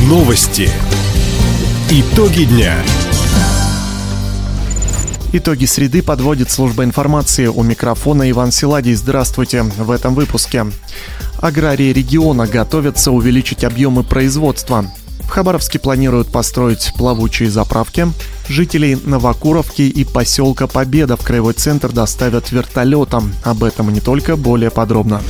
Новости. Итоги дня. Итоги среды подводит служба информации. У микрофона Иван Силадий. Здравствуйте. В этом выпуске. Аграрии региона готовятся увеличить объемы производства. В Хабаровске планируют построить плавучие заправки. Жителей Новокуровки и поселка Победа в краевой центр доставят вертолетом. Об этом и не только, более подробно.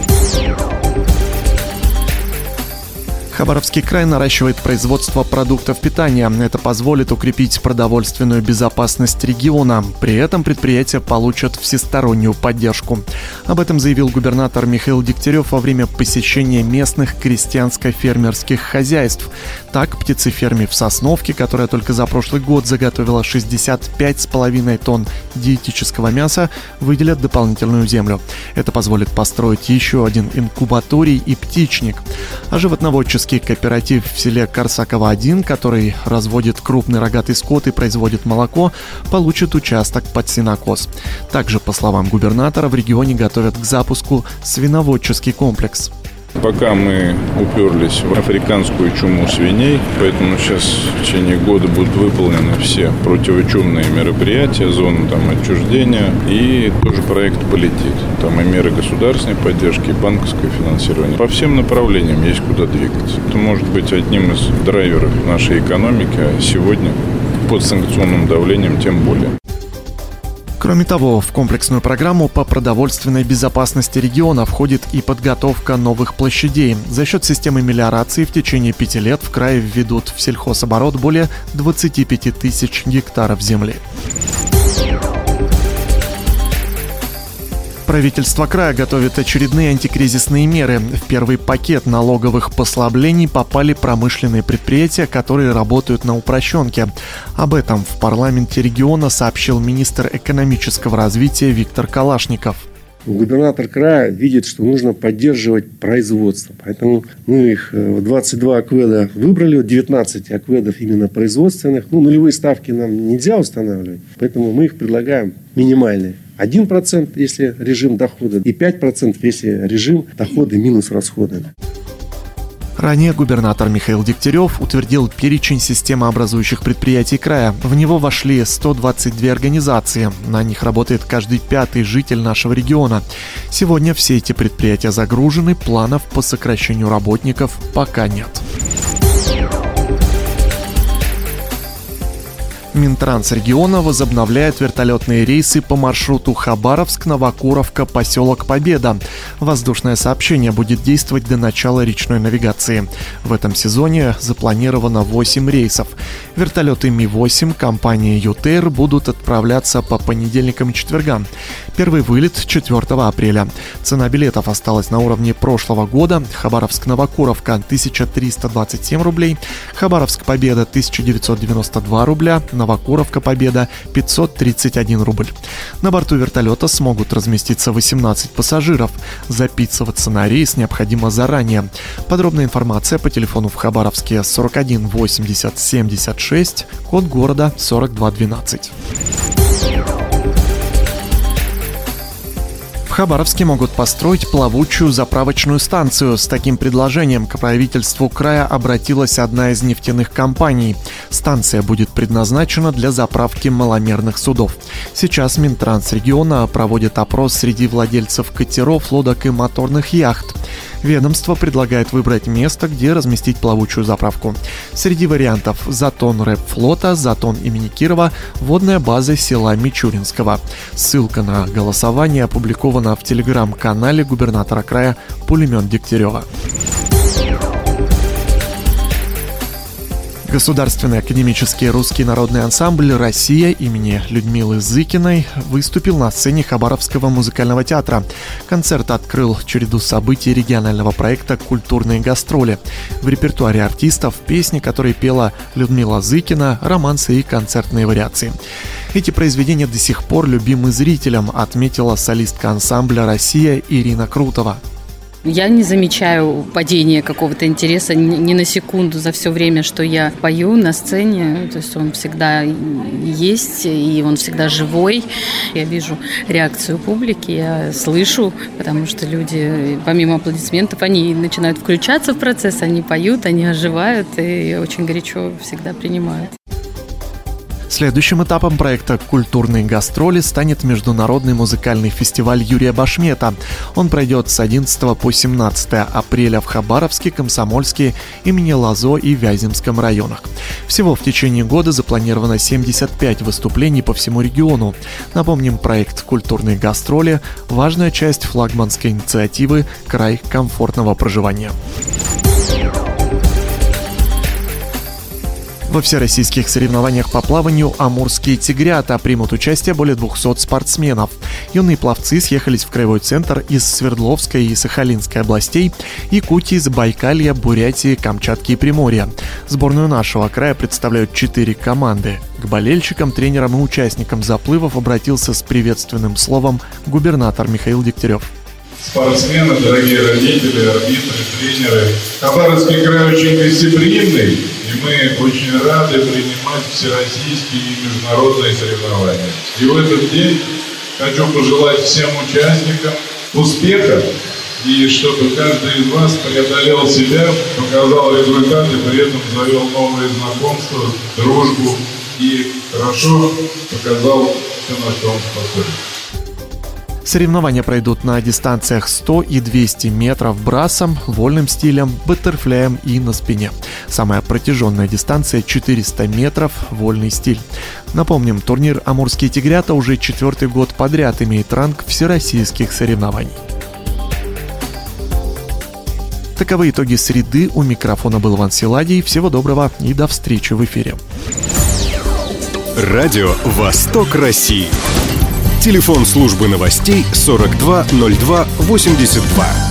Хабаровский край наращивает производство продуктов питания. Это позволит укрепить продовольственную безопасность региона. При этом предприятия получат всестороннюю поддержку. Об этом заявил губернатор Михаил Дегтярев во время посещения местных крестьянско-фермерских хозяйств. Так, птицеферме в Сосновке, которая только за прошлый год заготовила 65,5 тонн диетического мяса, выделят дополнительную землю. Это позволит построить еще один инкубаторий и птичник. А животноводческий кооператив в селе Корсаково-1, который разводит крупный рогатый скот и производит молоко, получит участок под сенокос. Также, по словам губернатора, в регионе готовят к запуску свиноводческий комплекс. Пока мы уперлись в африканскую чуму свиней, поэтому сейчас в течение года будут выполнены все противочумные мероприятия, зоны отчуждения, и тоже проект полетит. Там и меры государственной поддержки, и банковское финансирование. По всем направлениям есть куда двигаться. Это может быть одним из драйверов нашей экономики, а сегодня под санкционным давлением тем более. Кроме того, в комплексную программу по продовольственной безопасности региона входит и подготовка новых площадей. За счет системы мелиорации в течение 5 лет в крае введут в сельхозоборот более 25 тысяч гектаров земли. Правительство края готовит очередные антикризисные меры. В первый пакет налоговых послаблений попали промышленные предприятия, которые работают на упрощенке. Об этом в парламенте региона сообщил министр экономического развития Виктор Калашников. Губернатор края видит, что нужно поддерживать производство. Поэтому мы их 22 акведа выбрали, 19 акведов именно производственных. Нулевые ставки нам нельзя устанавливать, поэтому мы их предлагаем минимальные. 1%, если режим дохода, и 5%, если режим дохода минус расходы. Ранее губернатор Михаил Дегтярев утвердил перечень системообразующих предприятий края. В него вошли 122 организации. На них работает каждый 5-й житель нашего региона. Сегодня все эти предприятия загружены, планов по сокращению работников пока нет. Минтранс региона возобновляет вертолетные рейсы по маршруту Хабаровск-Новокуровка, поселок Победа. Воздушное сообщение будет действовать до начала речной навигации. В этом сезоне запланировано 8 рейсов. Вертолеты Ми-8 компании «Ютейр» будут отправляться по понедельникам и четвергам. Первый вылет 4 апреля. Цена билетов осталась на уровне прошлого года. Хабаровск-Новокуровка 1327 рублей, Хабаровск-Победа 1992 рубля, Новокуровка Победа 531 рубль. На борту вертолета смогут разместиться 18 пассажиров. Записываться на рейс необходимо заранее. Подробная информация по телефону в Хабаровске 41 80 76, код города 4212. В Хабаровске могут построить плавучую заправочную станцию. С таким предложением к правительству края обратилась одна из нефтяных компаний. Станция будет предназначена для заправки маломерных судов. Сейчас Минтранс региона проводит опрос среди владельцев катеров, лодок и моторных яхт. Ведомство предлагает выбрать место, где разместить плавучую заправку. Среди вариантов затон рэп-флота, затон имени Кирова, водная база села Мичуринского. Ссылка на голосование опубликована в телеграм-канале губернатора края Пулемет Дегтярева. Государственный академический русский народный ансамбль «Россия» имени Людмилы Зыкиной выступил на сцене Хабаровского музыкального театра. Концерт открыл череду событий регионального проекта «Культурные гастроли». В репертуаре артистов песни, которые пела Людмила Зыкина, романсы и концертные вариации. Эти произведения до сих пор любимы зрителям, отметила солистка ансамбля «Россия» Ирина Крутова. Я не замечаю падения какого-то интереса ни на секунду за все время, что я пою на сцене. То есть он всегда есть, и он всегда живой. Я вижу реакцию публики, я слышу, потому что люди, помимо аплодисментов, они начинают включаться в процесс, они поют, они оживают и очень горячо всегда принимают. Следующим этапом проекта «Культурные гастроли» станет международный музыкальный фестиваль Юрия Башмета. Он пройдет с 11 по 17 апреля в Хабаровске, Комсомольске, имени Лазо и Вяземском районах. Всего в течение года запланировано 75 выступлений по всему региону. Напомним, проект «Культурные гастроли» – важная часть флагманской инициативы «Край комфортного проживания». Во всероссийских соревнованиях по плаванию «Амурские тигрята» примут участие более 200 спортсменов. Юные пловцы съехались в краевой центр из Свердловской и Сахалинской областей, Якутии, Забайкалья, Бурятии, Камчатки и Приморья. Сборную нашего края представляют 4 команды. К болельщикам, тренерам и участникам заплывов обратился с приветственным словом губернатор Михаил Дегтярев. Спортсмены, дорогие родители, арбитры, тренеры. Хабаровский край очень гостеприимный, и мы очень рады принимать всероссийские и международные соревнования. И в этот день хочу пожелать всем участникам успеха, и чтобы каждый из вас преодолел себя, показал результаты, при этом завел новые знакомства, дружбу и хорошо показал все, на что он способен. Соревнования пройдут на дистанциях 100 и 200 метров брасом, вольным стилем, баттерфляем и на спине. Самая протяженная дистанция 400 метров, вольный стиль. Напомним, турнир «Амурские тигрята» уже 4-й год подряд имеет ранг всероссийских соревнований. Таковы итоги среды. У микрофона был Иван Силадий. Всего доброго и до встречи в эфире. Радио «Восток России». Телефон службы новостей 420282.